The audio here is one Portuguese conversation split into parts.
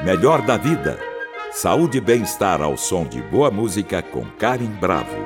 Melhor da vida. Saúde e bem-estar ao som de boa música com Karen Bravo.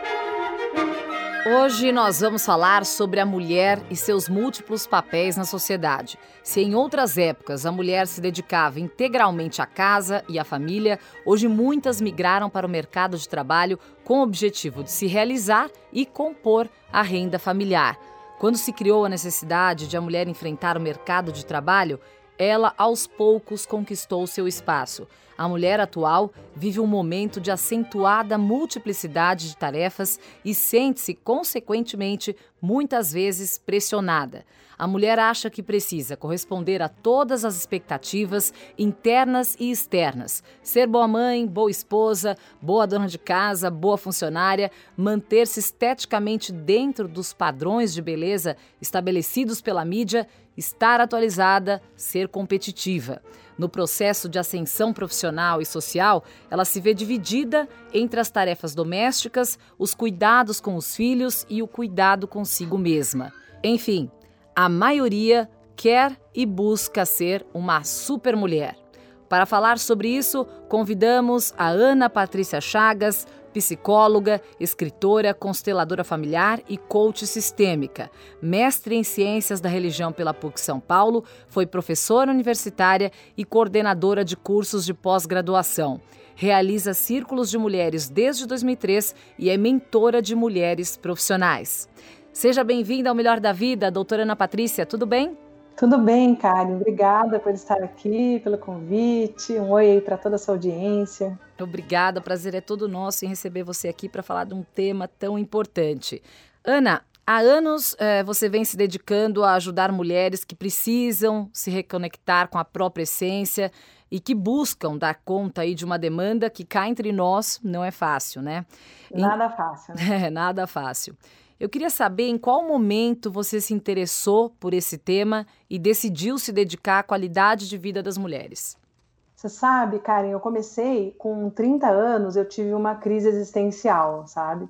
Hoje nós vamos falar sobre a mulher e seus múltiplos papéis na sociedade. Se em outras épocas a mulher se dedicava integralmente à casa e à família, hoje muitas migraram para o mercado de trabalho com o objetivo de se realizar e compor a renda familiar. Quando se criou a necessidade de a mulher enfrentar o mercado de trabalho, ela aos poucos conquistou seu espaço. A mulher atual vive um momento de acentuada multiplicidade de tarefas e sente-se, consequentemente, muitas vezes pressionada. A mulher acha que precisa corresponder a todas as expectativas internas e externas. Ser boa mãe, boa esposa, boa dona de casa, boa funcionária, manter-se esteticamente dentro dos padrões de beleza estabelecidos pela mídia, estar atualizada, ser competitiva. No processo de ascensão profissional e social, ela se vê dividida entre as tarefas domésticas, os cuidados com os filhos e o cuidado consigo mesma. Enfim, a maioria quer e busca ser uma supermulher. Para falar sobre isso, convidamos a Ana Patrícia Chagas, psicóloga, escritora, consteladora familiar e coach sistêmica. Mestre em Ciências da Religião pela PUC São Paulo, foi professora universitária e coordenadora de cursos de pós-graduação. Realiza círculos de mulheres desde 2003 e é mentora de mulheres profissionais. Seja bem-vinda ao Melhor da Vida, doutora Ana Patrícia, tudo bem? Tudo bem, Karen. Obrigada por estar aqui, pelo convite. Um oi aí para toda a sua audiência. Obrigada, o prazer é todo nosso em receber você aqui para falar de um tema tão importante. Ana, há anos você vem se dedicando a ajudar mulheres que precisam se reconectar com a própria essência e que buscam dar conta aí de uma demanda que cá entre nós não é fácil, né? Nada fácil, né? Nada fácil. Eu queria saber em qual momento você se interessou por esse tema e decidiu se dedicar à qualidade de vida das mulheres. Você sabe, Karen, eu comecei com 30 anos, eu tive uma crise existencial, sabe?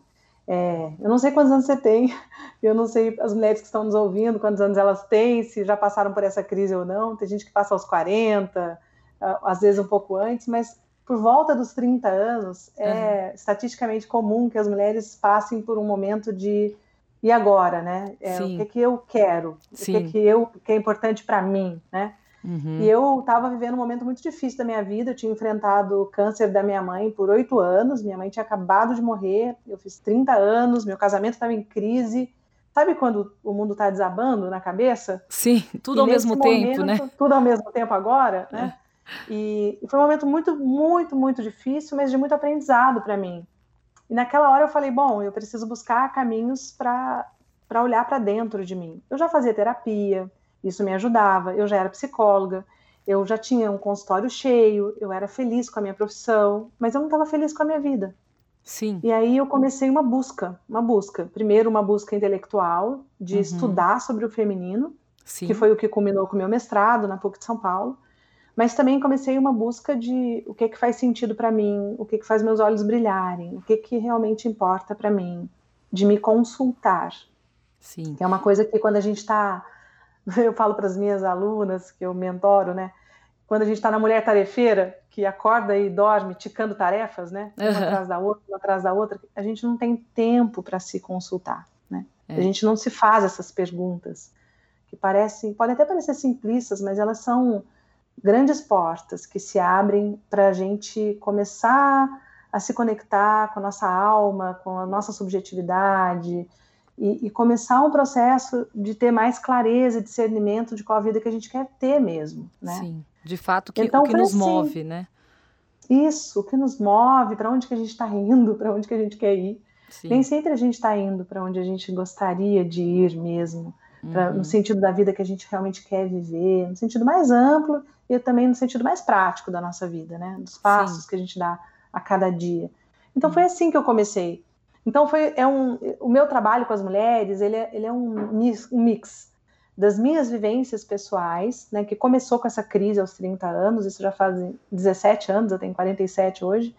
Eu não sei quantos anos você tem, eu não sei as mulheres que estão nos ouvindo, quantos anos elas têm, se já passaram por essa crise ou não. Tem gente que passa aos 40, às vezes um pouco antes, mas por volta dos 30 anos, é estatisticamente comum que as mulheres passem por um momento de e agora, né? O que eu quero, Sim. o que é importante para mim, né? Uhum. E eu estava vivendo um momento muito difícil da minha vida, eu tinha enfrentado o câncer da minha mãe por 8 anos, minha mãe tinha acabado de morrer, eu fiz 30 anos, meu casamento estava em crise. Sabe quando o mundo está desabando na cabeça? Sim, tudo ao mesmo tempo, né? Tudo ao mesmo tempo agora, né? E foi um momento muito, muito, muito difícil, mas de muito aprendizado para mim. E naquela hora eu falei, bom, eu preciso buscar caminhos para olhar para dentro de mim. Eu já fazia terapia, isso me ajudava, eu já era psicóloga, eu já tinha um consultório cheio, eu era feliz com a minha profissão, mas eu não estava feliz com a minha vida. Sim. E aí eu comecei uma busca. Primeiro uma busca intelectual, de estudar sobre o feminino, Sim. que foi o que culminou com o meu mestrado na PUC de São Paulo. Mas também comecei uma busca de o que faz sentido para mim, o que faz meus olhos brilharem, o que realmente importa para mim, de me consultar. Sim. Que é uma coisa que quando a gente está, eu falo para as minhas alunas, que eu mentoro, né? Quando a gente está na mulher tarefeira, que acorda e dorme ticando tarefas, né? Uma atrás da outra, a gente não tem tempo para se consultar, né? A gente não se faz essas perguntas, que podem até parecer simplistas, mas elas são grandes portas que se abrem para a gente começar a se conectar com a nossa alma, com a nossa subjetividade e começar um processo de ter mais clareza e discernimento de qual a vida que a gente quer ter mesmo, né? Sim, de fato, Então, o que nos move, né? Isso, o que nos move, para onde que a gente está indo, para onde que a gente quer ir. Sim. Nem sempre a gente está indo para onde a gente gostaria de ir mesmo, no sentido da vida que a gente realmente quer viver, no sentido mais amplo e também no sentido mais prático da nossa vida, né? Dos passos que a gente dá a cada dia. Então foi assim que eu comecei. Então o meu trabalho com as mulheres, ele é um mix das minhas vivências pessoais, né? Que começou com essa crise aos 30 anos, isso já faz 17 anos, eu tenho 47 hoje.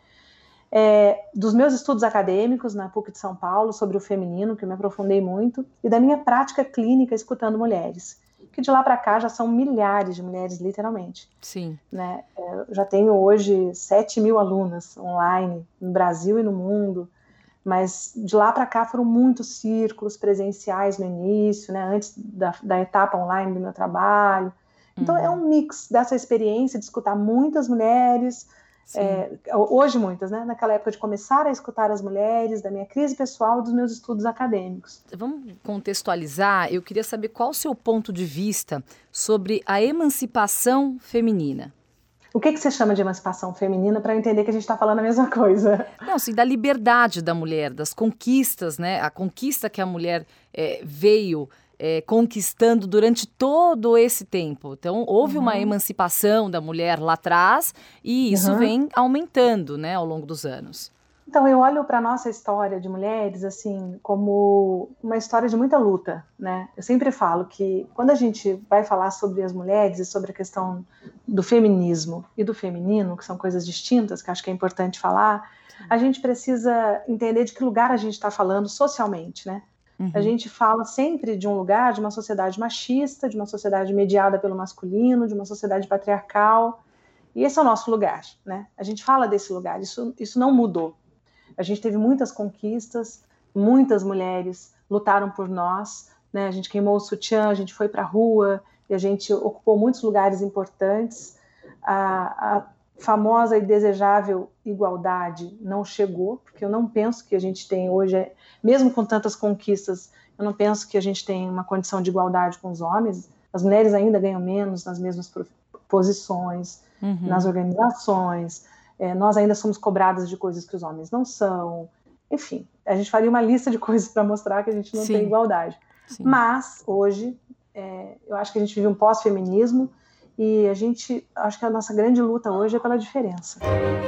Dos meus estudos acadêmicos na PUC de São Paulo sobre o feminino, que eu me aprofundei muito, e da minha prática clínica escutando mulheres, que de lá para cá já são milhares de mulheres, literalmente. Sim. Né? Eu já tenho hoje 7.000 alunas online, no Brasil e no mundo, mas de lá para cá foram muitos círculos presenciais no início, né? Antes da etapa online do meu trabalho. Então é um mix dessa experiência de escutar muitas mulheres, hoje muitas, né? Naquela época de começar a escutar as mulheres, da minha crise pessoal e dos meus estudos acadêmicos. Vamos contextualizar, eu queria saber qual o seu ponto de vista sobre a emancipação feminina. O que você chama de emancipação feminina para eu entender que a gente está falando a mesma coisa? Não, sim, da liberdade da mulher, das conquistas, né? A conquista que a mulher veio conquistando durante todo esse tempo. Então, houve uma emancipação da mulher lá atrás e isso vem aumentando, né, ao longo dos anos. Então, eu olho para a nossa história de mulheres, assim, como uma história de muita luta, né? Eu sempre falo que quando a gente vai falar sobre as mulheres e sobre a questão do feminismo e do feminino, que são coisas distintas, que acho que é importante falar, a gente precisa entender de que lugar a gente está falando socialmente, né? A gente fala sempre de um lugar, de uma sociedade machista, de uma sociedade mediada pelo masculino, de uma sociedade patriarcal, e esse é o nosso lugar, né? A gente fala desse lugar, isso não mudou. A gente teve muitas conquistas, muitas mulheres lutaram por nós, né? A gente queimou o sutiã, a gente foi para a rua, e a gente ocupou muitos lugares importantes. A famosa e desejável igualdade não chegou, porque eu não penso que a gente tem hoje, mesmo com tantas conquistas, eu não penso que a gente tem uma condição de igualdade com os homens. As mulheres ainda ganham menos nas mesmas posições, nas organizações. Nós ainda somos cobradas de coisas que os homens não são. Enfim, a gente faria uma lista de coisas para mostrar que a gente não tem igualdade. Sim. Mas, hoje, eu acho que a gente vive um pós-feminismo e acho que a nossa grande luta hoje é pela diferença.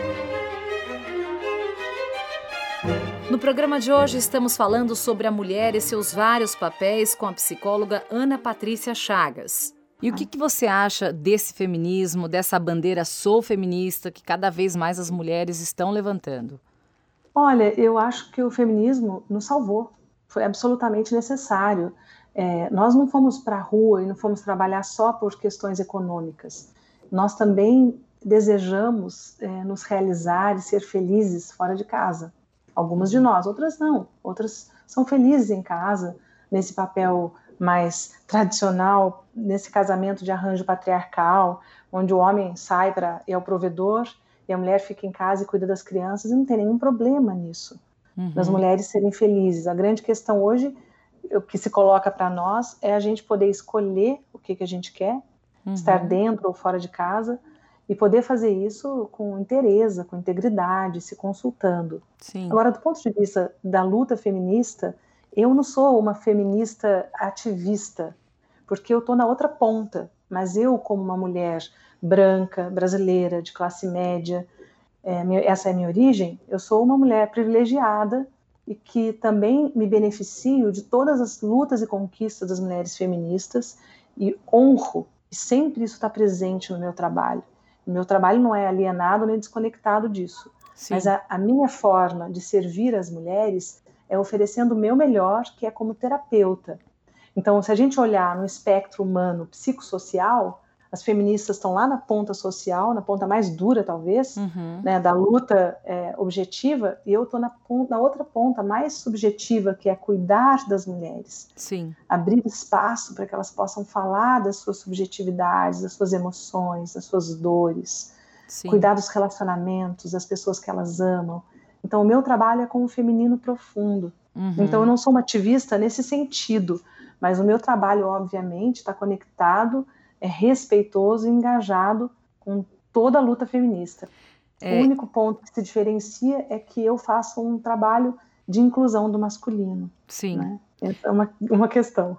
No programa de hoje estamos falando sobre a mulher e seus vários papéis com a psicóloga Ana Patrícia Chagas. E o que você acha desse feminismo, dessa bandeira sou feminista que cada vez mais as mulheres estão levantando? Olha, eu acho que o feminismo nos salvou, foi absolutamente necessário. Nós não fomos para a rua e não fomos trabalhar só por questões econômicas. Nós também desejamos nos realizar e ser felizes fora de casa. Algumas de nós, outras não. Outras são felizes em casa, nesse papel mais tradicional, nesse casamento de arranjo patriarcal, onde o homem sai é o provedor e a mulher fica em casa e cuida das crianças, e não tem nenhum problema nisso, das mulheres serem felizes. A grande questão hoje, o que se coloca para nós, é a gente poder escolher o que a gente quer, estar dentro ou fora de casa, e poder fazer isso com inteireza, com integridade, se consultando. Sim. Agora, do ponto de vista da luta feminista, eu não sou uma feminista ativista, porque eu estou na outra ponta, mas eu, como uma mulher branca, brasileira, de classe média, essa é a minha origem, eu sou uma mulher privilegiada e que também me beneficio de todas as lutas e conquistas das mulheres feministas e honro, e sempre isso está presente no meu trabalho. O meu trabalho não é alienado nem desconectado disso, Sim. mas a minha forma de servir as mulheres é oferecendo o meu melhor, que é como terapeuta. Então, se a gente olhar no espectro humano psicossocial, as feministas estão lá na ponta social, na ponta mais dura, talvez, né, da luta objetiva, e eu estou na outra ponta mais subjetiva, que é cuidar das mulheres. Sim. Abrir espaço para que elas possam falar das suas subjetividades, das suas emoções, das suas dores. Sim. Cuidar dos relacionamentos, das pessoas que elas amam. Então, o meu trabalho é com o feminino profundo. Então, eu não sou uma ativista nesse sentido, mas o meu trabalho, obviamente, está conectado, é respeitoso e engajado com toda a luta feminista. O único ponto que se diferencia é que eu faço um trabalho de inclusão do masculino. Sim. Né? Essa é uma questão.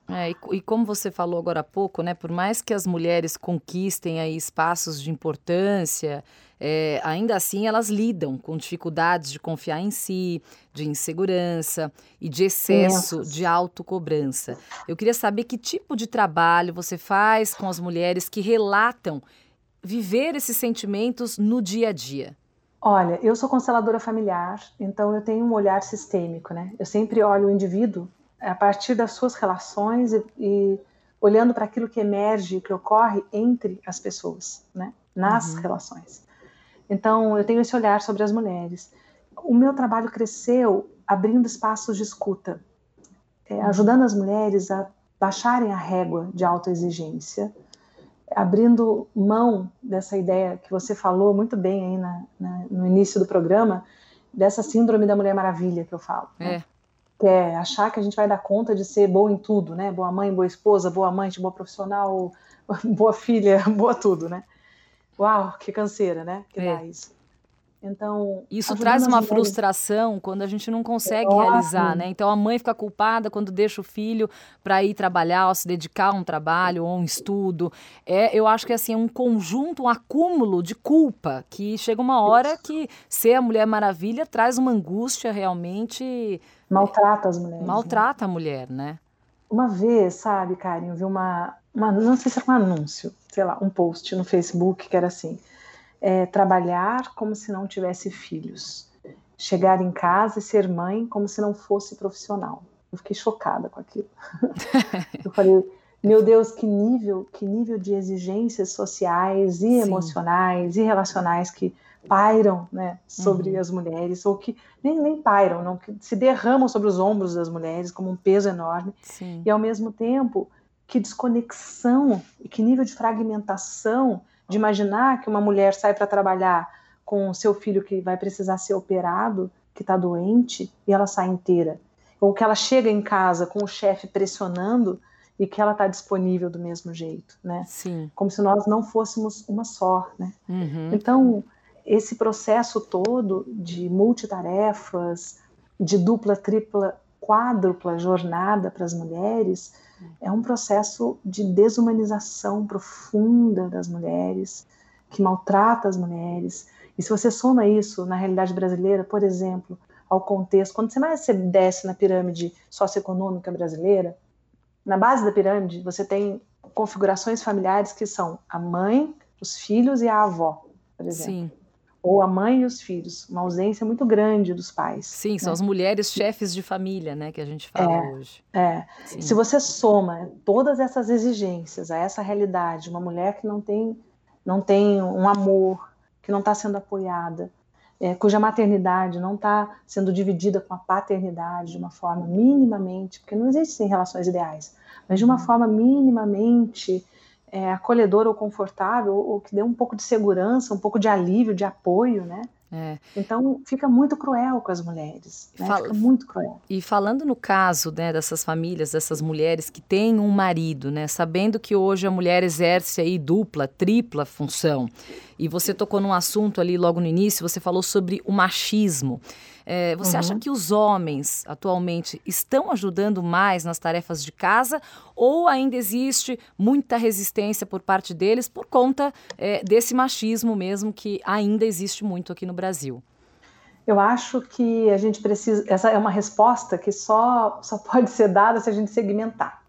E como você falou agora há pouco, né, por mais que as mulheres conquistem aí espaços de importância, ainda assim elas lidam com dificuldades de confiar em si, de insegurança e de excesso de autocobrança. Eu queria saber que tipo de trabalho você faz com as mulheres que relatam viver esses sentimentos no dia a dia. Olha, eu sou consteladora familiar, então eu tenho um olhar sistêmico, né? Eu sempre olho o indivíduo a partir das suas relações e olhando para aquilo que emerge, que ocorre entre as pessoas, né? Nas relações. Então, eu tenho esse olhar sobre as mulheres. O meu trabalho cresceu abrindo espaços de escuta, ajudando as mulheres a baixarem a régua de autoexigência, abrindo mão dessa ideia que você falou muito bem aí no início do programa, dessa síndrome da Mulher Maravilha que eu falo. Né? Que é achar que a gente vai dar conta de ser boa em tudo, né? Boa mãe, boa esposa, boa amante, boa profissional, boa filha, boa tudo, né? Uau, que canseira, né? Que dá isso. Então, isso traz uma frustração quando a gente não consegue realizar, né? Então a mãe fica culpada quando deixa o filho para ir trabalhar, ou se dedicar a um trabalho ou um estudo. Eu acho que assim, é um conjunto, um acúmulo de culpa, que chega uma hora que ser a Mulher Maravilha traz uma angústia realmente... Maltrata as mulheres. Maltrata, né? A mulher, né? Uma vez, sabe, Karen, eu vi não sei se é um anúncio, sei lá, um post no Facebook que era assim... trabalhar como se não tivesse filhos, chegar em casa e ser mãe como se não fosse profissional. Eu fiquei chocada com aquilo. Eu falei, meu Deus, que nível de exigências sociais e emocionais e relacionais que pairam, né, sobre as mulheres, ou que nem pairam, não, que se derramam sobre os ombros das mulheres como um peso enorme. Sim. E ao mesmo tempo, que desconexão e que nível de fragmentação de imaginar que uma mulher sai para trabalhar com o seu filho que vai precisar ser operado, que está doente, e ela sai inteira. Ou que ela chega em casa com o chefe pressionando e que ela está disponível do mesmo jeito, né? Sim. Como se nós não fôssemos uma só, né? Então, esse processo todo de multitarefas, de dupla, tripla, quádrupla jornada para as mulheres... é um processo de desumanização profunda das mulheres, que maltrata as mulheres. E se você soma isso na realidade brasileira, por exemplo, ao contexto, quando você desce na pirâmide socioeconômica brasileira, na base da pirâmide você tem configurações familiares que são a mãe, os filhos e a avó, por exemplo. Sim. Ou a mãe e os filhos, uma ausência muito grande dos pais. Sim, são as mulheres chefes de família, né, que a gente fala hoje. Se você soma todas essas exigências a essa realidade, uma mulher que não tem um amor, que não está sendo apoiada, cuja maternidade não está sendo dividida com a paternidade de uma forma minimamente, porque não existem relações ideais, mas de uma forma minimamente... acolhedora ou confortável, ou que dê um pouco de segurança, um pouco de alívio, de apoio, né? Então fica muito cruel com as mulheres, né? Fica muito cruel. E falando no caso, né, dessas famílias, dessas mulheres que têm um marido, né, sabendo que hoje a mulher exerce aí dupla, tripla função, e você tocou num assunto ali logo no início, você falou sobre o machismo. Você acha que os homens atualmente estão ajudando mais nas tarefas de casa ou ainda existe muita resistência por parte deles por conta desse machismo mesmo que ainda existe muito aqui no Brasil? Eu acho que a gente precisa... Essa é uma resposta que só pode ser dada se a gente segmentar.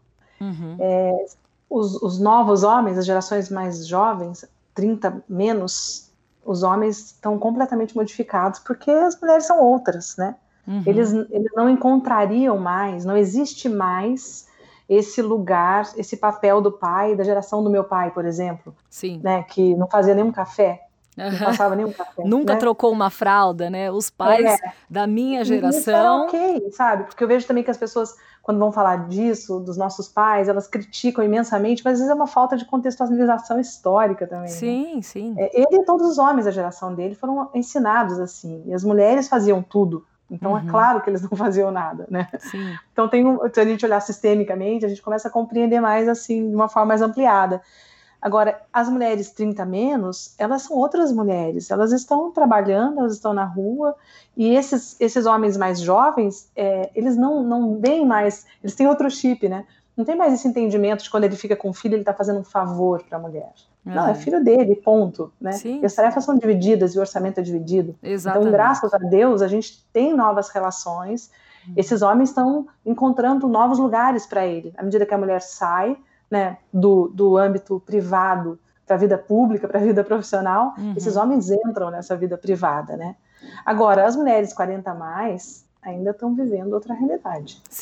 Os novos homens, as gerações mais jovens, 30 menos... os homens estão completamente modificados porque as mulheres são outras, né? Eles não encontrariam mais, não existe mais esse lugar, esse papel do pai, da geração do meu pai, por exemplo. Sim. Né? Que não fazia nenhum café, não passava nenhum café. Nunca né? trocou uma fralda, né? Os pais da minha geração... Isso era ok, sabe? Porque eu vejo também que as pessoas, quando vão falar disso, dos nossos pais, elas criticam imensamente, mas às vezes é uma falta de contextualização histórica também. Sim, né? sim. Ele e todos os homens da geração dele foram ensinados assim, e as mulheres faziam tudo. Então é claro que eles não faziam nada, né? Sim. Então se a gente olhar sistemicamente, a gente começa a compreender mais assim, de uma forma mais ampliada. Agora, as mulheres 30 menos, elas são outras mulheres, elas estão trabalhando, elas estão na rua, e esses homens mais jovens, eles não veem mais, eles têm outro chip, né? Não tem mais esse entendimento de quando ele fica com o filho, ele está fazendo um favor para a mulher. Não, é filho dele, ponto. Né? E as tarefas são divididas e o orçamento é dividido. Exatamente. Então, graças a Deus, a gente tem novas relações, esses homens estão encontrando novos lugares para ele, à medida que a mulher sai, né, do âmbito privado para a vida pública, para a vida profissional, esses homens entram nessa vida privada, né? Agora, as mulheres 40 a mais ainda estão vivendo outra realidade. Sim. Né?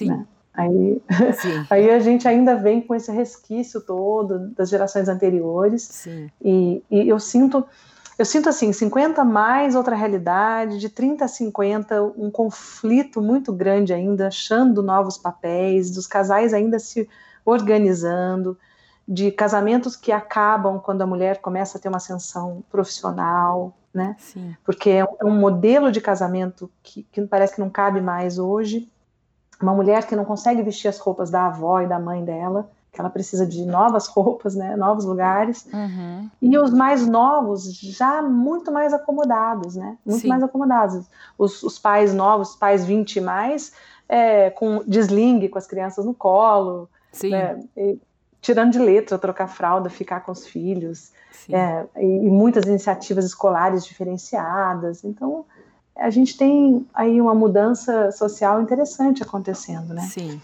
Aí, Sim. aí a gente ainda vem com esse resquício todo das gerações anteriores. Sim. E eu sinto assim, 50 mais outra realidade, de 30 a 50, um conflito muito grande ainda, achando novos papéis, dos casais ainda se organizando, de casamentos que acabam quando a mulher começa a ter uma ascensão profissional, né? Sim. Porque é um modelo de casamento que parece que não cabe mais hoje. Uma mulher que não consegue vestir as roupas da avó e da mãe dela, que ela precisa de novas roupas, né? Novos lugares. Uhum. E os mais novos já muito mais acomodados, né? Muito Sim. mais acomodados. Os pais novos, pais 20 e mais, com deslingue com as crianças no colo, Sim. né? Tirando de letra, trocar fralda, ficar com os filhos, Sim. e muitas iniciativas escolares diferenciadas. Então, a gente tem aí uma mudança social interessante acontecendo, né? Sim.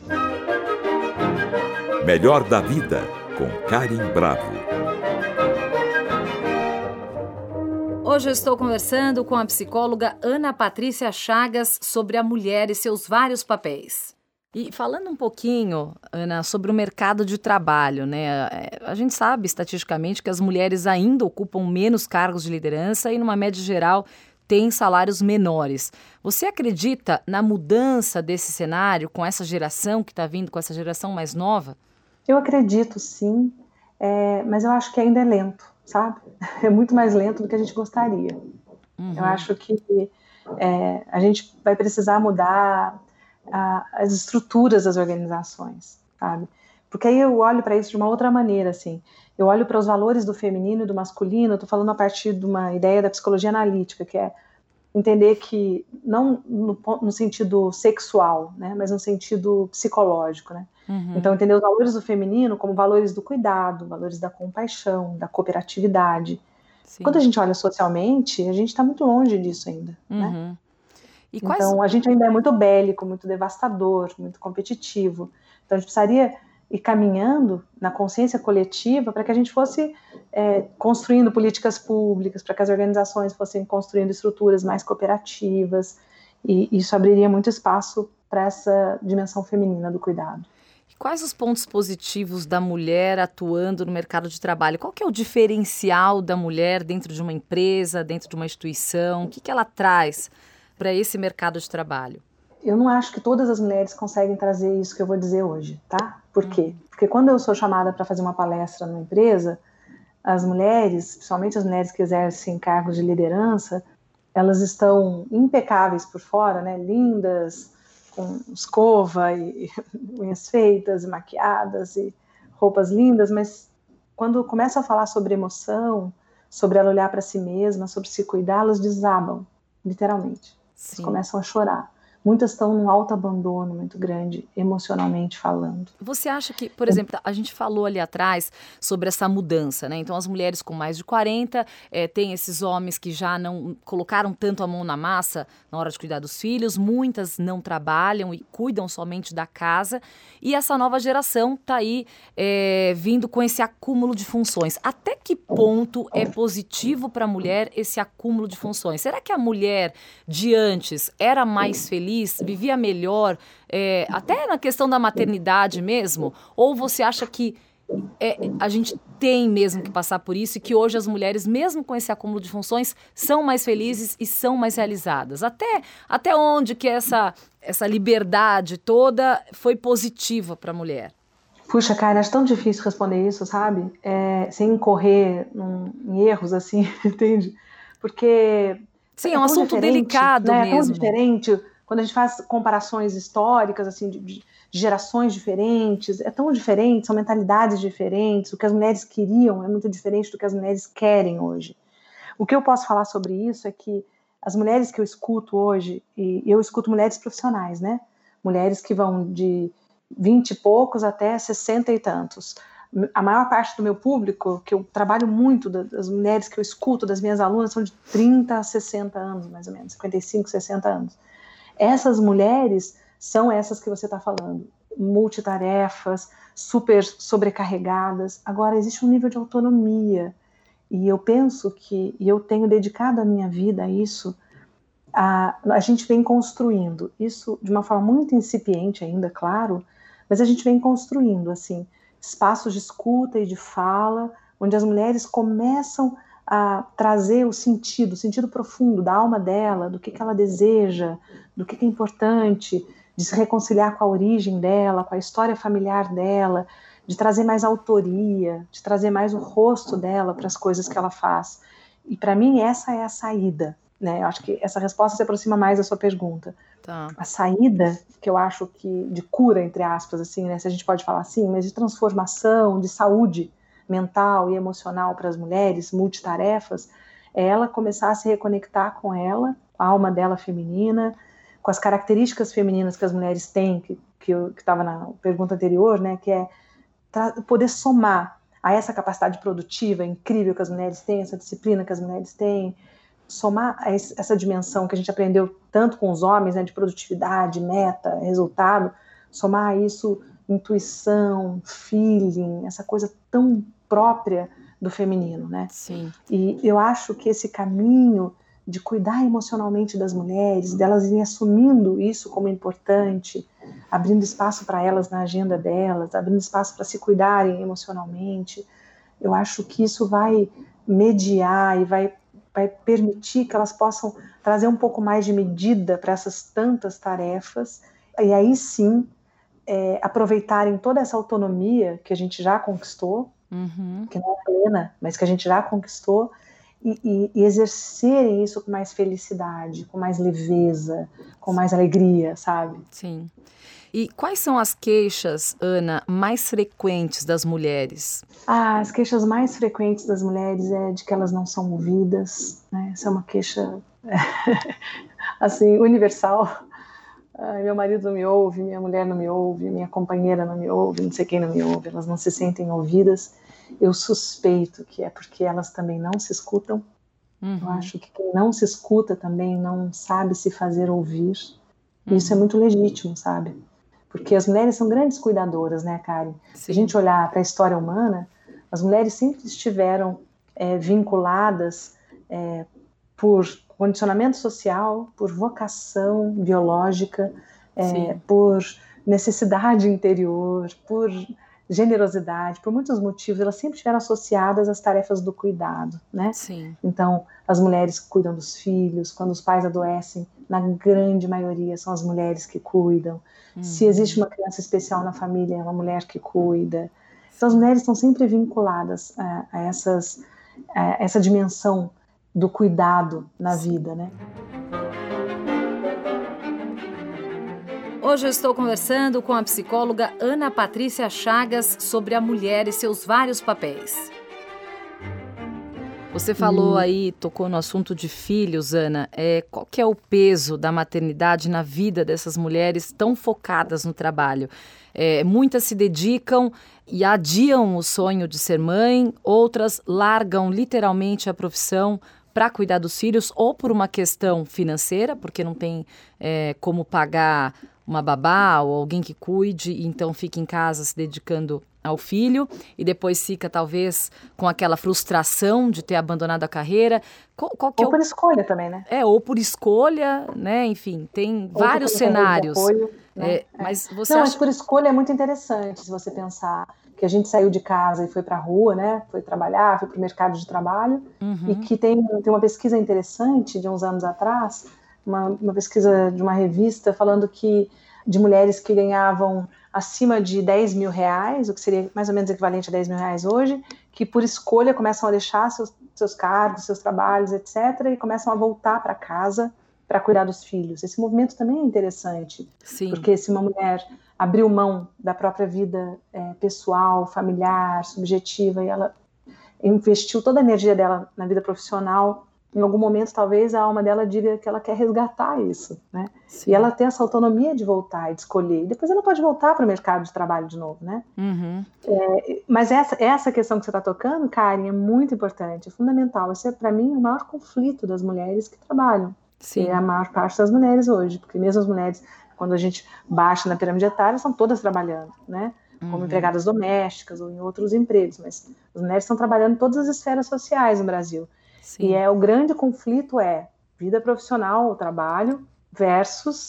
Melhor da Vida, com Karen Bravo. Hoje eu estou conversando com a psicóloga Ana Patrícia Chagas sobre a mulher e seus vários papéis. E falando um pouquinho, Ana, sobre o mercado de trabalho, né? A gente sabe estatisticamente que as mulheres ainda ocupam menos cargos de liderança e, numa média geral, têm salários menores. Você acredita na mudança desse cenário com essa geração que está vindo, com essa geração mais nova? Eu acredito, sim, mas eu acho que ainda é lento, sabe? É muito mais lento do que a gente gostaria. Eu acho que a gente vai precisar mudar as estruturas das organizações, sabe? Porque aí eu olho para isso de uma outra maneira, assim. Eu olho para os valores do feminino e do masculino, eu estou falando a partir de uma ideia da psicologia analítica, que é entender que, não no sentido sexual, né, mas no sentido psicológico, né? Então, entender os valores do feminino como valores do cuidado, valores da compaixão, da cooperatividade. Sim. Quando a gente olha socialmente, a gente está muito longe disso ainda, né? E então, a gente ainda é muito bélico, muito devastador, muito competitivo. Então, a gente precisaria ir caminhando na consciência coletiva para que a gente fosse construindo políticas públicas, para que as organizações fossem construindo estruturas mais cooperativas, e isso abriria muito espaço para essa dimensão feminina do cuidado. Quais os pontos positivos da mulher atuando no mercado de trabalho? Qual que é o diferencial da mulher dentro de uma empresa, dentro de uma instituição? O que ela traz para esse mercado de trabalho? Eu não acho que todas as mulheres conseguem trazer isso que eu vou dizer hoje, tá? Por quê? Porque quando eu sou chamada para fazer uma palestra numa empresa, as mulheres, principalmente as mulheres que exercem cargos de liderança, elas estão impecáveis por fora, né? Lindas, com escova e unhas feitas, e maquiadas e roupas lindas, mas quando começam a falar sobre emoção, sobre ela olhar para si mesma, sobre se cuidar, elas desabam, literalmente. Elas começam a chorar. Muitas estão num autoabandono muito grande, emocionalmente falando. Você acha que, por exemplo, a gente falou ali atrás sobre essa mudança, né? Então, as mulheres com mais de 40, tem esses homens que já não colocaram tanto a mão na massa na hora de cuidar dos filhos, muitas não trabalham e cuidam somente da casa, e essa nova geração está aí vindo com esse acúmulo de funções. Até que ponto é positivo para a mulher esse acúmulo de funções? Será que a mulher de antes era mais feliz? Vivia melhor, até na questão da maternidade mesmo? Ou você acha que a gente tem mesmo que passar por isso e que hoje as mulheres, mesmo com esse acúmulo de funções, são mais felizes e são mais realizadas? Até onde que essa liberdade toda foi positiva para a mulher? Puxa, cara, acho tão difícil responder isso, sabe? Sem incorrer em erros, assim, entende? Porque... Sim, é um assunto delicado, né? mesmo. É tão diferente... Quando a gente faz comparações históricas, assim, de gerações diferentes, é tão diferente, são mentalidades diferentes, o que as mulheres queriam é muito diferente do que as mulheres querem hoje. O que eu posso falar sobre isso é que as mulheres que eu escuto hoje, e eu escuto mulheres profissionais, né? Mulheres que vão de 20 e poucos até 60 e tantos. A maior parte do meu público, que eu trabalho muito, das mulheres que eu escuto, das minhas alunas, são de 30 a 60 anos, mais ou menos, 55, 60 anos. Essas mulheres são essas que você está falando, multitarefas, super sobrecarregadas. Agora, existe um nível de autonomia, e eu penso que, e eu tenho dedicado a minha vida a isso, a gente vem construindo isso de uma forma muito incipiente ainda, claro, mas a gente vem construindo, assim, espaços de escuta e de fala, onde as mulheres começam a trazer o sentido profundo da alma dela, do que ela deseja, do que é importante, de se reconciliar com a origem dela, com a história familiar dela, de trazer mais autoria, de trazer mais o rosto dela para as coisas que ela faz. E para mim essa é a saída, né? Eu acho que essa resposta se aproxima mais da sua pergunta. Tá. A saída, que eu acho que de cura, entre aspas, assim, né? Se a gente pode falar assim, mas de transformação, de saúde mental e emocional para as mulheres, multitarefas, é ela começar a se reconectar com ela, a alma dela feminina, com as características femininas que as mulheres têm, que estava na pergunta anterior, né? Que é poder somar a essa capacidade produtiva incrível que as mulheres têm, essa disciplina que as mulheres têm, somar essa dimensão que a gente aprendeu tanto com os homens, né, de produtividade, meta, resultado, somar a isso intuição, feeling, essa coisa tão própria do feminino, né? Sim. E eu acho que esse caminho de cuidar emocionalmente das mulheres, delas irem assumindo isso como importante, abrindo espaço para elas na agenda delas, abrindo espaço para se cuidarem emocionalmente, eu acho que isso vai mediar e vai permitir que elas possam trazer um pouco mais de medida para essas tantas tarefas, e aí sim aproveitarem toda essa autonomia que a gente já conquistou, que não é plena, mas que a gente já conquistou, e exercerem isso com mais felicidade, com mais leveza, com mais alegria, sabe? Sim. E quais são as queixas, Ana, mais frequentes das mulheres? As queixas mais frequentes das mulheres é de que elas não são ouvidas, né? Essa é uma queixa assim, universal. Meu marido não me ouve, minha mulher não me ouve, minha companheira não me ouve, não sei quem não me ouve, elas não se sentem ouvidas. Eu suspeito que é porque elas também não se escutam. Eu acho que quem não se escuta também não sabe se fazer ouvir. E isso é muito legítimo, sabe? Porque as mulheres são grandes cuidadoras, né, Karen? Sim. Se a gente olhar para a história humana, as mulheres sempre estiveram vinculadas por condicionamento social, por vocação biológica, por necessidade interior, por generosidade, por muitos motivos, elas sempre estiveram associadas às tarefas do cuidado, né? Sim. Então, as mulheres cuidam dos filhos, quando os pais adoecem, na grande maioria são as mulheres que cuidam. Se existe uma criança especial na família, é uma mulher que cuida. Então, as mulheres estão sempre vinculadas a essa dimensão do cuidado na vida, né? Hoje eu estou conversando com a psicóloga Ana Patrícia Chagas sobre a mulher e seus vários papéis. Você falou aí, tocou no assunto de filhos, Ana. Qual que é o peso da maternidade na vida dessas mulheres tão focadas no trabalho? Muitas se dedicam e adiam o sonho de ser mãe, outras largam literalmente a profissão para cuidar dos filhos, ou por uma questão financeira, porque não tem como pagar uma babá ou alguém que cuide, então fica em casa se dedicando ao filho e depois fica talvez com aquela frustração de ter abandonado a carreira. Qual que ou por escolha também, né? Ou por escolha, né? Enfim, tem vários cenários. Apoio, né? Mas você Mas por escolha é muito interessante se você pensar que a gente saiu de casa e foi para a rua, né? Foi trabalhar, foi para o mercado de trabalho, e que tem uma pesquisa interessante de uns anos atrás, uma pesquisa de uma revista falando que de mulheres que ganhavam acima de 10 mil reais, o que seria mais ou menos equivalente a 10 mil reais hoje, que por escolha começam a deixar seus cargos, seus trabalhos, etc., e começam a voltar para casa para cuidar dos filhos. Esse movimento também é interessante, Sim. Porque se uma mulher abriu mão da própria vida pessoal, familiar, subjetiva, e ela investiu toda a energia dela na vida profissional, em algum momento talvez a alma dela diga que ela quer resgatar isso, né? Sim. E ela tem essa autonomia de voltar e de escolher. E depois ela pode voltar para o mercado de trabalho de novo, né? Mas essa questão que você está tocando, Karen, é muito importante, é fundamental. Esse é, para mim, o maior conflito das mulheres que trabalham. Sim. E é a maior parte das mulheres hoje, porque mesmo as mulheres, quando a gente baixa na pirâmide etária, são todas trabalhando, né? Como empregadas domésticas ou em outros empregos, mas as mulheres estão trabalhando em todas as esferas sociais no Brasil. Sim. E o grande conflito é vida profissional, o trabalho, versus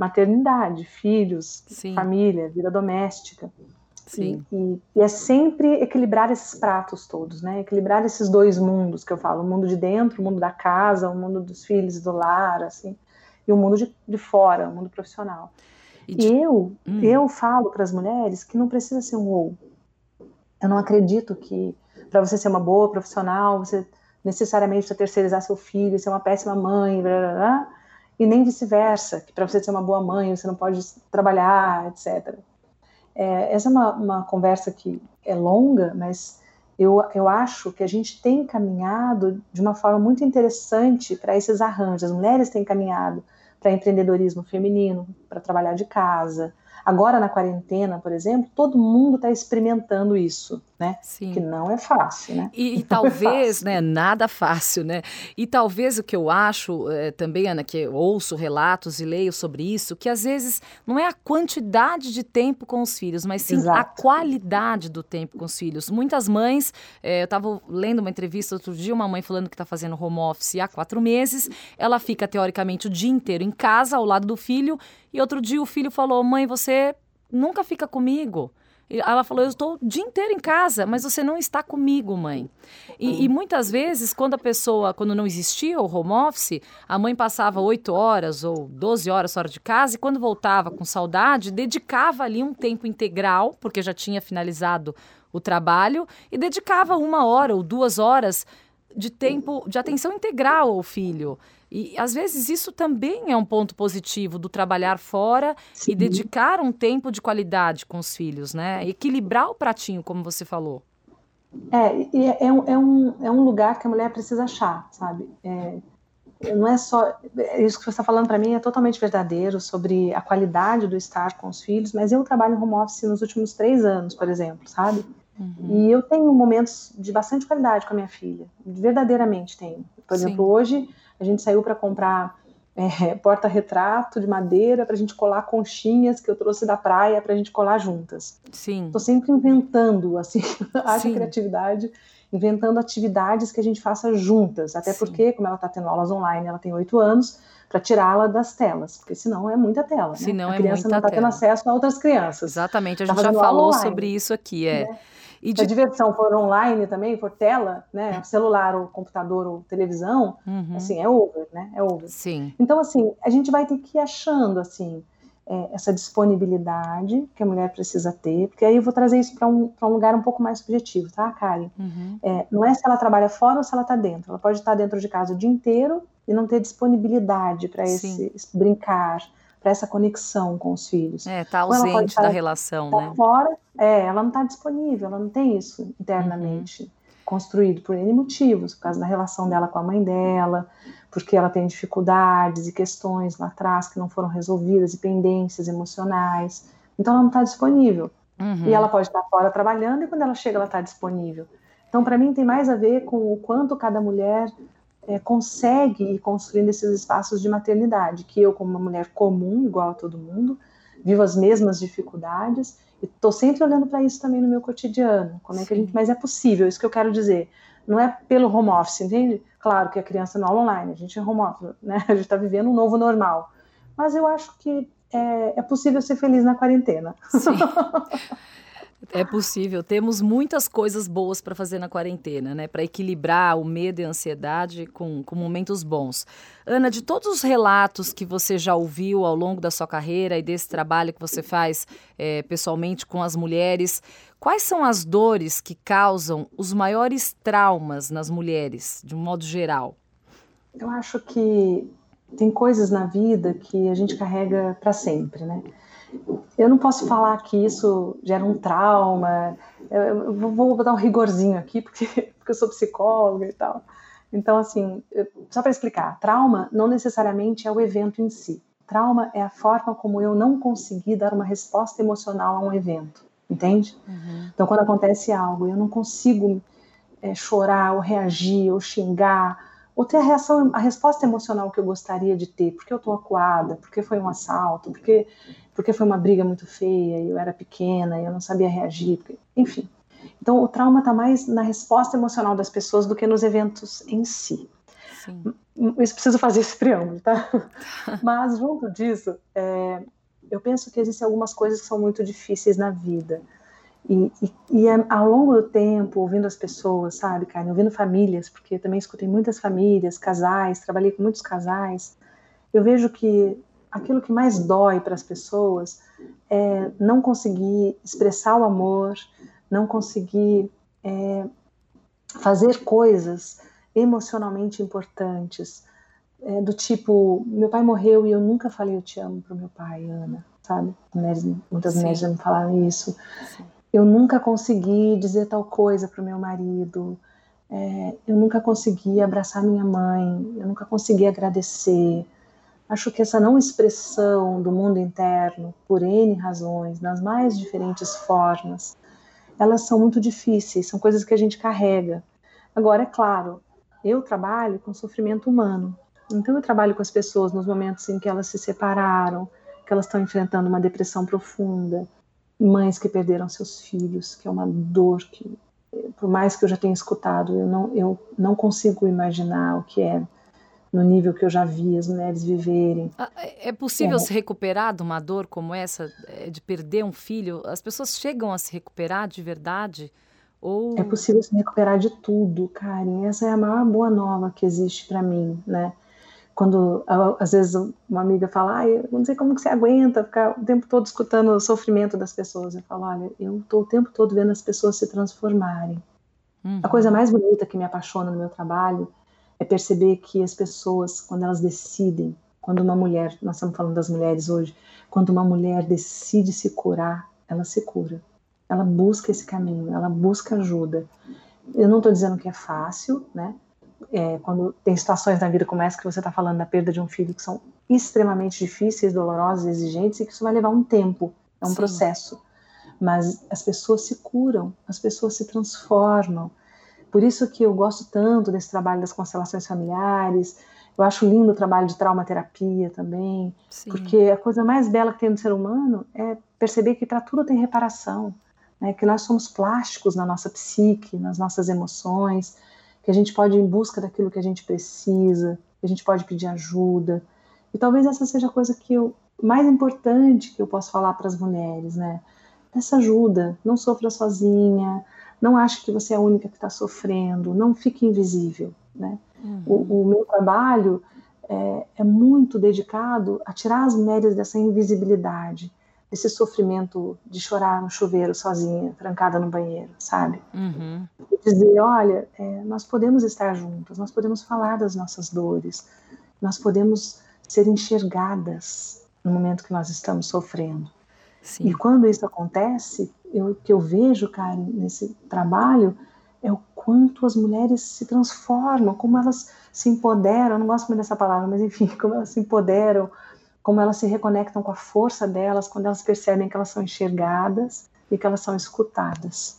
maternidade, filhos, Sim. família, vida doméstica. Sim. E é sempre equilibrar esses pratos todos, né? Equilibrar esses dois mundos que eu falo, o mundo de dentro, o mundo da casa, o mundo dos filhos, do lar, assim, e o mundo de fora, o mundo profissional. Eu falo para as mulheres que não precisa ser um ou. Eu não acredito que para você ser uma boa profissional, você necessariamente precisa terceirizar seu filho, ser uma péssima mãe, blá, blá, blá, e nem vice-versa, que para você ser uma boa mãe, você não pode trabalhar, etc. Essa é uma conversa que é longa, mas eu acho que a gente tem caminhado de uma forma muito interessante para esses arranjos. As mulheres têm caminhado para empreendedorismo feminino, para trabalhar de casa. Agora, na quarentena, por exemplo, todo mundo está experimentando isso, né? Sim. Que não é fácil, né? E talvez, né, nada fácil, né? E talvez o que eu acho também, Ana, que eu ouço relatos e leio sobre isso, que às vezes não é a quantidade de tempo com os filhos, mas sim a qualidade do tempo com os filhos. Muitas mães, eu estava lendo uma entrevista outro dia, uma mãe falando que está fazendo home office há 4 meses, ela fica teoricamente o dia inteiro em casa, ao lado do filho, e outro dia o filho falou, mãe, você nunca fica comigo. Ela falou, eu estou o dia inteiro em casa, mas você não está comigo, mãe. E muitas vezes, quando não existia o home office, a mãe passava 8 horas ou 12 horas fora de casa e quando voltava com saudade, dedicava ali um tempo integral, porque já tinha finalizado o trabalho, e dedicava 1 hora ou 2 horas de tempo, de atenção integral ao filho. E, às vezes, isso também é um ponto positivo do trabalhar fora e dedicar um tempo de qualidade com os filhos, né? Equilibrar o pratinho, como você falou. É um lugar que a mulher precisa achar, sabe? Não é só... Isso que você está falando para mim é totalmente verdadeiro sobre a qualidade do estar com os filhos, mas eu trabalho em home office nos últimos 3 anos, por exemplo, sabe? E eu tenho momentos de bastante qualidade com a minha filha, verdadeiramente tenho. Por exemplo, hoje a gente saiu para comprar porta-retrato de madeira para a gente colar conchinhas que eu trouxe da praia para a gente colar juntas. Estou sempre inventando, assim, acho a criatividade, inventando atividades que a gente faça juntas, até porque, como ela está tendo aulas online, ela tem 8 anos, para tirá-la das telas, porque senão é muita tela, né? A criança não está tendo acesso a outras crianças. Exatamente, a gente já falou sobre isso aqui, né? E se a diversão for online também, for tela, né, celular ou computador ou televisão, assim, é over, né? É over. Sim. Então, assim, a gente vai ter que ir achando, assim, essa disponibilidade que a mulher precisa ter, porque aí eu vou trazer isso para um lugar um pouco mais subjetivo, tá, Karen? Não é se ela trabalha fora ou se ela está dentro. Ela pode estar dentro de casa o dia inteiro e não ter disponibilidade para esse brincar, para essa conexão com os filhos. Tá ausente da relação, né? Fora, ela não está disponível, ela não tem isso internamente construído por N motivos, por causa da relação dela com a mãe dela, porque ela tem dificuldades e questões lá atrás que não foram resolvidas e pendências emocionais. Então ela não está disponível. E ela pode estar fora trabalhando e quando ela chega ela está disponível. Então para mim tem mais a ver com o quanto cada mulher consegue ir construindo esses espaços de maternidade, que eu, como uma mulher comum, igual a todo mundo, vivo as mesmas dificuldades e estou sempre olhando para isso também no meu cotidiano. Como é que a gente... Mas é possível, isso que eu quero dizer. Não é pelo home office, entende? Claro que a criança não é online, a gente é home office, né? A gente está vivendo um novo normal. Mas eu acho que é possível ser feliz na quarentena. Sim. É possível, temos muitas coisas boas para fazer na quarentena, né? Para equilibrar o medo e a ansiedade com momentos bons. Ana, de todos os relatos que você já ouviu ao longo da sua carreira e desse trabalho que você faz pessoalmente com as mulheres, quais são as dores que causam os maiores traumas nas mulheres, de um modo geral? Eu acho que tem coisas na vida que a gente carrega para sempre, né? Eu não posso falar que isso gera um trauma, eu vou dar um rigorzinho aqui, porque eu sou psicóloga e tal. Então, assim, só para explicar, trauma não necessariamente é o evento em si. Trauma é a forma como eu não consegui dar uma resposta emocional a um evento, entende? Então, quando acontece algo e eu não consigo chorar, ou reagir, ou xingar, ou ter a resposta emocional que eu gostaria de ter, porque eu estou acuada, porque foi um assalto, porque foi uma briga muito feia, e eu era pequena, e eu não sabia reagir, enfim. Então, o trauma está mais na resposta emocional das pessoas do que nos eventos em si. Sim. Isso preciso fazer esse preâmbulo, tá? Mas junto disso, eu penso que existem algumas coisas que são muito difíceis na vida. E ao longo do tempo, ouvindo as pessoas, sabe, Karen, ouvindo famílias, porque também escutei muitas famílias, casais, trabalhei com muitos casais, eu vejo que aquilo que mais dói para as pessoas é não conseguir expressar o amor, não conseguir fazer coisas emocionalmente importantes, do tipo, meu pai morreu e eu nunca falei eu te amo pro meu pai, Ana, sabe? Muitas mulheres já me falaram isso. Sim. Eu nunca consegui dizer tal coisa pro meu marido, eu nunca consegui abraçar minha mãe, eu nunca consegui agradecer. Acho que essa não expressão do mundo interno, por N razões, nas mais diferentes formas, elas são muito difíceis, são coisas que a gente carrega. Agora, é claro, eu trabalho com sofrimento humano, então eu trabalho com as pessoas nos momentos em que elas se separaram, que elas estão enfrentando uma depressão profunda, mães que perderam seus filhos, que é uma dor que, por mais que eu já tenha escutado, eu não consigo imaginar o que é no nível que eu já vi as mulheres viverem. É possível se recuperar de uma dor como essa, de perder um filho? As pessoas chegam a se recuperar de verdade? Ou... É possível se recuperar de tudo, Karen. Essa é a maior boa nova que existe para mim, né? Quando, às vezes, uma amiga fala, eu não sei como que você aguenta ficar o tempo todo escutando o sofrimento das pessoas. Eu falo, olha, eu estou o tempo todo vendo as pessoas se transformarem. A coisa mais bonita que me apaixona no meu trabalho é perceber que as pessoas, quando elas decidem, quando uma mulher, nós estamos falando das mulheres hoje, quando uma mulher decide se curar, ela se cura. Ela busca esse caminho, ela busca ajuda. Eu não estou dizendo que é fácil, né? Quando tem situações na vida como essa que você está falando, da perda de um filho, que são extremamente difíceis, dolorosas, exigentes, e que isso vai levar um tempo, é um processo. Mas as pessoas se curam, as pessoas se transformam. Por isso que eu gosto tanto desse trabalho das constelações familiares, eu acho lindo o trabalho de traumaterapia também, porque a coisa mais bela que tem no ser humano é perceber que para tudo tem reparação, né? Que nós somos plásticos na nossa psique, nas nossas emoções, que a gente pode ir em busca daquilo que a gente precisa, que a gente pode pedir ajuda. E talvez essa seja a coisa mais importante que eu posso falar para as mulheres, né? Peça ajuda, não sofra sozinha, não ache que você é a única que está sofrendo, não fique invisível, né? O meu trabalho é muito dedicado a tirar as mulheres dessa invisibilidade, desse sofrimento de chorar no chuveiro sozinha, trancada no banheiro, sabe? E dizer, olha, nós podemos estar juntas, nós podemos falar das nossas dores, nós podemos ser enxergadas no momento que nós estamos sofrendo. Sim. E quando isso acontece, o que eu vejo, Karen, nesse trabalho, é o quanto as mulheres se transformam, como elas se empoderam, eu não gosto muito dessa palavra, mas enfim, como elas se empoderam, como elas se reconectam com a força delas, quando elas percebem que elas são enxergadas e que elas são escutadas.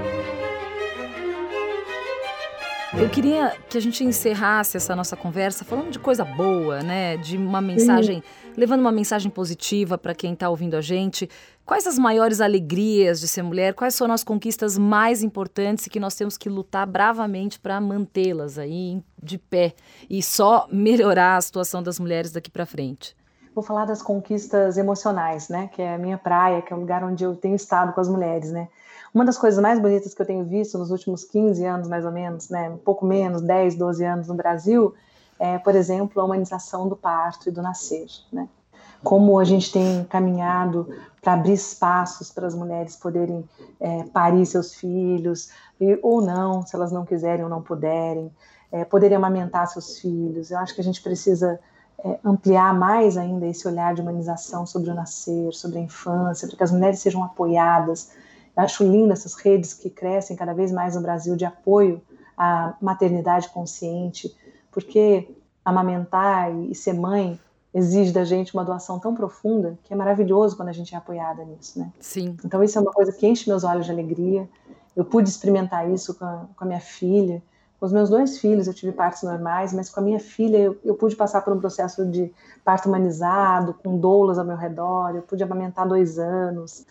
Eu queria que a gente encerrasse essa nossa conversa falando de coisa boa, né? De uma mensagem, levando uma mensagem positiva para quem está ouvindo a gente. Quais as maiores alegrias de ser mulher? Quais foram as conquistas mais importantes e que nós temos que lutar bravamente para mantê-las aí de pé e só melhorar a situação das mulheres daqui para frente? Vou falar das conquistas emocionais, né? Que é a minha praia, que é o lugar onde eu tenho estado com as mulheres, né? Uma das coisas mais bonitas que eu tenho visto nos últimos 15 anos, mais ou menos, né? Um pouco menos, 10, 12 anos no Brasil, é, por exemplo, a humanização do parto e do nascer, né? Como a gente tem caminhado para abrir espaços para as mulheres poderem parir seus filhos, ou não, se elas não quiserem ou não puderem, poderem amamentar seus filhos. Eu acho que a gente precisa ampliar mais ainda esse olhar de humanização sobre o nascer, sobre a infância, para que as mulheres sejam apoiadas. Eu acho lindo essas redes que crescem cada vez mais no Brasil de apoio à maternidade consciente, porque amamentar e ser mãe exige da gente uma doação tão profunda que é maravilhoso quando a gente é apoiada nisso, né? Sim. Então isso é uma coisa que enche meus olhos de alegria. Eu pude experimentar isso com a minha filha. Com os meus 2 filhos eu tive partos normais, mas com a minha filha eu pude passar por um processo de parto humanizado, com doulas ao meu redor, eu pude amamentar 2 anos.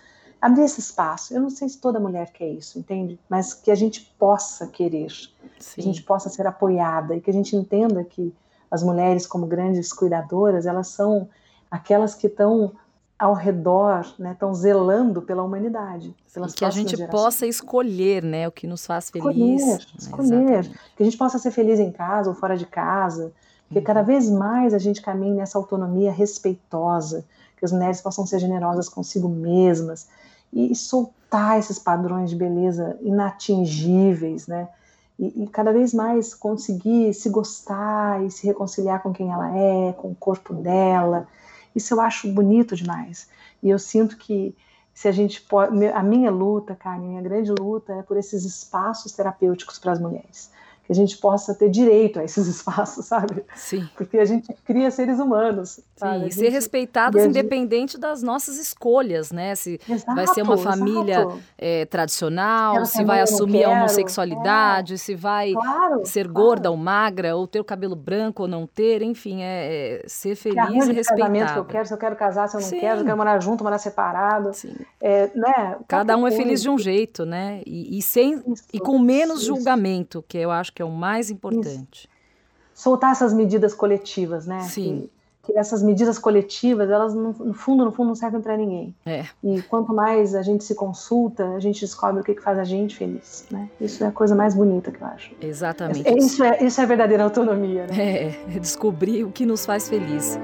abrir esse espaço. Eu não sei se toda mulher quer isso, entende? Mas que a gente possa querer, que a gente possa ser apoiada e que a gente entenda que as mulheres, como grandes cuidadoras, elas são aquelas que estão ao redor, né, estão zelando pela humanidade, pelas que a gente gerações. Possa escolher, né, o que nos faz feliz. Escolher. Que a gente possa ser feliz em casa ou fora de casa, que cada vez mais a gente caminhe nessa autonomia respeitosa, que as mulheres possam ser generosas consigo mesmas e soltar esses padrões de beleza inatingíveis, né? E cada vez mais conseguir se gostar e se reconciliar com quem ela é, com o corpo dela. Isso eu acho bonito demais. E eu sinto que se a gente pode... A minha luta, Karen, a minha grande luta é por esses espaços terapêuticos para as mulheres. Que a gente possa ter direito a esses espaços, sabe? Sim. Porque a gente cria seres humanos. Sabe? Sim, ser respeitadas independente das nossas escolhas, né? Se vai ser uma família tradicional, se vai assumir a homossexualidade, se vai ser gorda ou magra, ou ter o cabelo branco ou não ter, enfim, ser feliz e respeitada. Se eu quero casar, se eu não quero, se eu quero morar junto, morar separado. Sim. Né? Cada um é feliz de um jeito, né? E com menos julgamento, que eu acho que é o mais importante. Soltar essas medidas coletivas, né? Sim. Que essas medidas coletivas, elas no fundo não servem para ninguém. E quanto mais a gente se consulta, a gente descobre o que faz a gente feliz, né? Isso é a coisa mais bonita que eu acho. Exatamente. Isso é verdadeira autonomia, né? É descobrir o que nos faz feliz.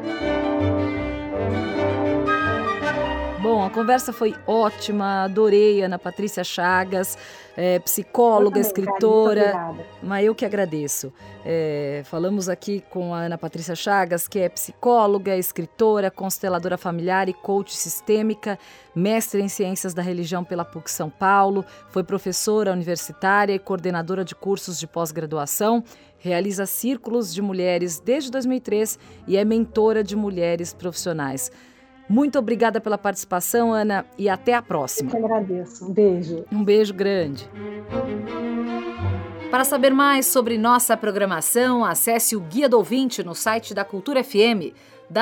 Bom, a conversa foi ótima, adorei Ana Patrícia Chagas, psicóloga, escritora, mas eu que agradeço. Falamos aqui com a Ana Patrícia Chagas, que é psicóloga, escritora, consteladora familiar e coach sistêmica, mestre em Ciências da Religião pela PUC São Paulo, foi professora universitária e coordenadora de cursos de pós-graduação, realiza círculos de mulheres desde 2003 e é mentora de mulheres profissionais. Muito obrigada pela participação, Ana, e até a próxima. Eu que agradeço. Um beijo. Um beijo grande. Para saber mais sobre nossa programação, acesse o Guia do Ouvinte no site da Cultura FM,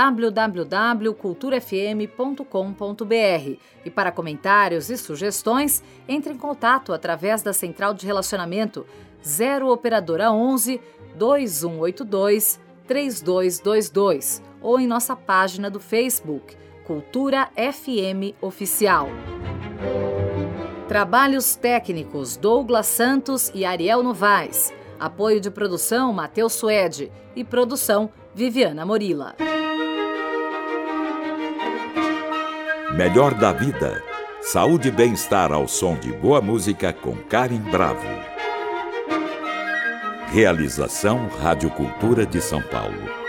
www.culturafm.com.br. E para comentários e sugestões, entre em contato através da Central de Relacionamento 0 Operadora 11 2182 3222 ou em nossa página do Facebook, Cultura FM Oficial. Trabalhos técnicos Douglas Santos e Ariel Novaes. Apoio de produção Matheus Suede e produção Viviana Morila. Melhor da vida. Saúde e bem-estar ao som de boa música com Karen Bravo. Realização Rádio Cultura de São Paulo.